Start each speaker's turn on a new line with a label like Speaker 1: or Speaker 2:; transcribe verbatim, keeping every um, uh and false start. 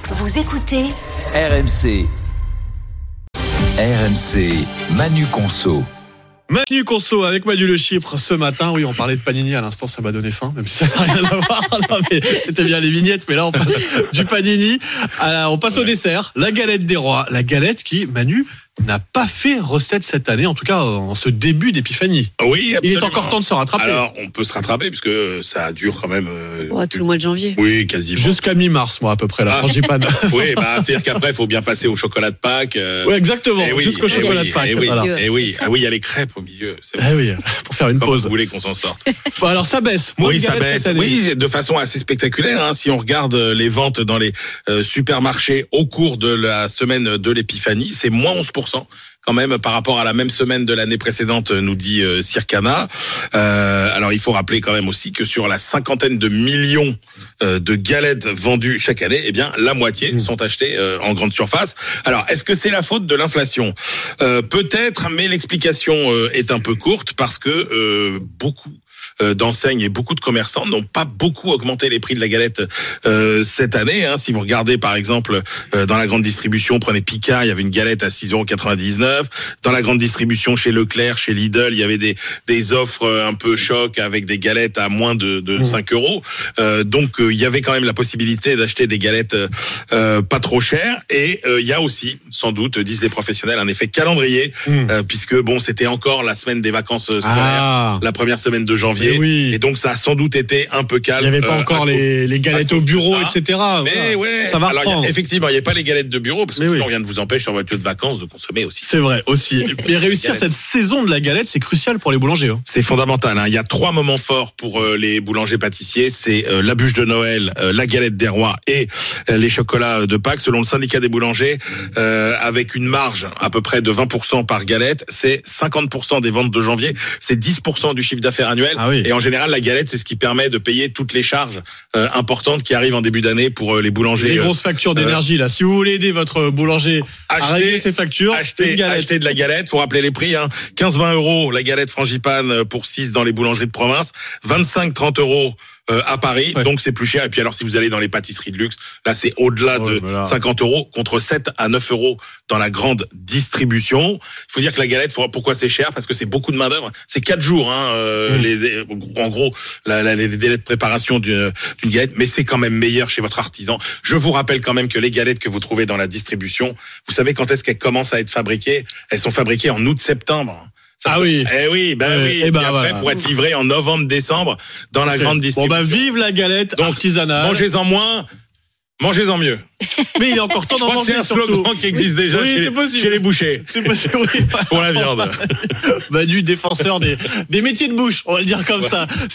Speaker 1: Vous écoutez
Speaker 2: R M C. R M C, Manu Conso.
Speaker 3: Manu Conso avec Manu Le Chypre ce matin. Oui, on parlait de panini à l'instant, ça m'a donné faim, même si ça n'a rien à voir. Non, mais c'était bien les vignettes, mais là on passe du panini. À, on passe au dessert, la galette des rois. La galette qui, Manu, n'a pas fait recette cette année, en tout cas en ce début d'épiphanie.
Speaker 4: Oui, absolument.
Speaker 3: Il est encore temps de se rattraper.
Speaker 4: Alors, on peut se rattraper puisque ça dure quand même. Euh,
Speaker 5: ouais, tout le mois de janvier.
Speaker 4: Oui, quasiment.
Speaker 3: Jusqu'à mi-mars, moi, à peu près, la frangipane.
Speaker 4: Ah. Oui, bah, c'est-à-dire qu'après, il faut bien passer au chocolat de Pâques. Euh...
Speaker 3: Oui, exactement.
Speaker 4: Oui,
Speaker 3: jusqu'au chocolat
Speaker 4: oui,
Speaker 3: de Pâques.
Speaker 4: Et oui,
Speaker 3: voilà.
Speaker 4: et oui, ah oui, il y a les crêpes au milieu. C'est
Speaker 3: eh oui, pour faire une
Speaker 4: Comment
Speaker 3: pause.
Speaker 4: vous voulez qu'on s'en sorte.
Speaker 3: Bon, alors ça baisse. Moins
Speaker 4: oui,
Speaker 3: de
Speaker 4: ça
Speaker 3: galettes
Speaker 4: baisse.
Speaker 3: cette année.
Speaker 4: Oui, de façon assez spectaculaire. Hein, si on regarde les ventes dans les euh, supermarchés au cours de la semaine de l'épiphanie, c'est moins onze pour cent. Quand même par rapport à la même semaine de l'année précédente, nous dit euh, Circana. Euh, alors il faut rappeler quand même aussi que sur la cinquantaine de millions euh, de galettes vendues chaque année, eh bien la moitié mmh. sont achetées euh, en grande surface. Alors est-ce que c'est la faute de l'inflation ? euh, Peut-être, mais l'explication euh, est un peu courte parce que euh, beaucoup d'enseignes et beaucoup de commerçants n'ont pas beaucoup augmenté les prix de la galette euh, cette année. Hein. Si vous regardez par exemple euh, dans la grande distribution, prenez Picard, il y avait une galette à six euros quatre-vingt-dix-neuf. Dans la grande distribution chez Leclerc, chez Lidl, il y avait des des offres un peu choc avec des galettes à moins de, de mmh. cinq euros. Euh, donc euh, il y avait quand même la possibilité d'acheter des galettes euh, pas trop chères. Et euh, il y a aussi, sans doute, disent les professionnels, un effet calendrier, mmh. euh, puisque bon, c'était encore la semaine des vacances scolaires, ah. la première semaine de janvier.
Speaker 3: Et, oui.
Speaker 4: et donc ça a sans doute été un peu calme.
Speaker 3: Il n'y avait pas euh, encore les, les galettes au bureau, et cetera.
Speaker 4: Mais
Speaker 3: voilà.
Speaker 4: ouais,
Speaker 3: ça va
Speaker 4: alors
Speaker 3: reprendre.
Speaker 4: Y a, effectivement, il n'y a pas les galettes de bureau parce que
Speaker 3: oui.
Speaker 4: rien ne vous empêche en voiture de vacances de consommer aussi.
Speaker 3: C'est vrai aussi. Mais réussir cette saison de la galette, c'est crucial pour les boulangers. Hein.
Speaker 4: C'est fondamental. Hein. Il y a trois moments forts pour euh, les boulangers pâtissiers. C'est euh, la bûche de Noël, euh, la galette des rois et euh, les chocolats de Pâques. Selon le syndicat des boulangers, euh, avec une marge à peu près de vingt pour cent par galette, c'est cinquante pour cent des ventes de janvier, c'est dix pour cent du chiffre d'affaires annuel.
Speaker 3: Ah oui.
Speaker 4: Et en général, la galette, c'est ce qui permet de payer toutes les charges euh, importantes qui arrivent en début d'année pour euh, les boulangers.
Speaker 3: Les grosses factures d'énergie, euh, là. Si vous voulez aider votre boulanger acheter, à régler ses factures,
Speaker 4: acheter, acheter de la galette, faut rappeler les prix, hein. quinze à vingt euros la galette frangipane pour six dans les boulangeries de province, vingt-cinq à trente euros Euh, à Paris, ouais. donc c'est plus cher. Et puis alors si vous allez dans les pâtisseries de luxe, là c'est au-delà ouais, de là... cinquante euros contre sept à neuf euros dans la grande distribution. Il faut dire que la galette, pourquoi c'est cher ? Parce que c'est beaucoup de main d'œuvre. C'est quatre jours, hein, euh, mmh. les, en gros, la, la, les délais de préparation d'une, d'une galette, mais c'est quand même meilleur chez votre artisan. Je vous rappelle quand même que les galettes que vous trouvez dans la distribution, vous savez quand est-ce qu'elles commencent à être fabriquées ? Elles sont fabriquées en août-septembre. Ça
Speaker 3: ah peut... oui.
Speaker 4: Eh oui, ben euh, oui. Et, ben, et après, voilà. pour être livré en novembre-décembre dans la okay. grande distribution.
Speaker 3: Bon, ben, vive la galette donc, artisanale.
Speaker 4: Mangez-en moins, mangez-en mieux.
Speaker 3: Mais il est encore temps d'en manger.
Speaker 4: C'est un slogan
Speaker 3: surtout.
Speaker 4: qui existe déjà
Speaker 3: oui,
Speaker 4: chez, les, chez les bouchers.
Speaker 3: C'est possible, oui.
Speaker 4: Pour la viande.
Speaker 3: Bah, du défenseur des, des métiers de bouche, on va le dire comme ouais. ça.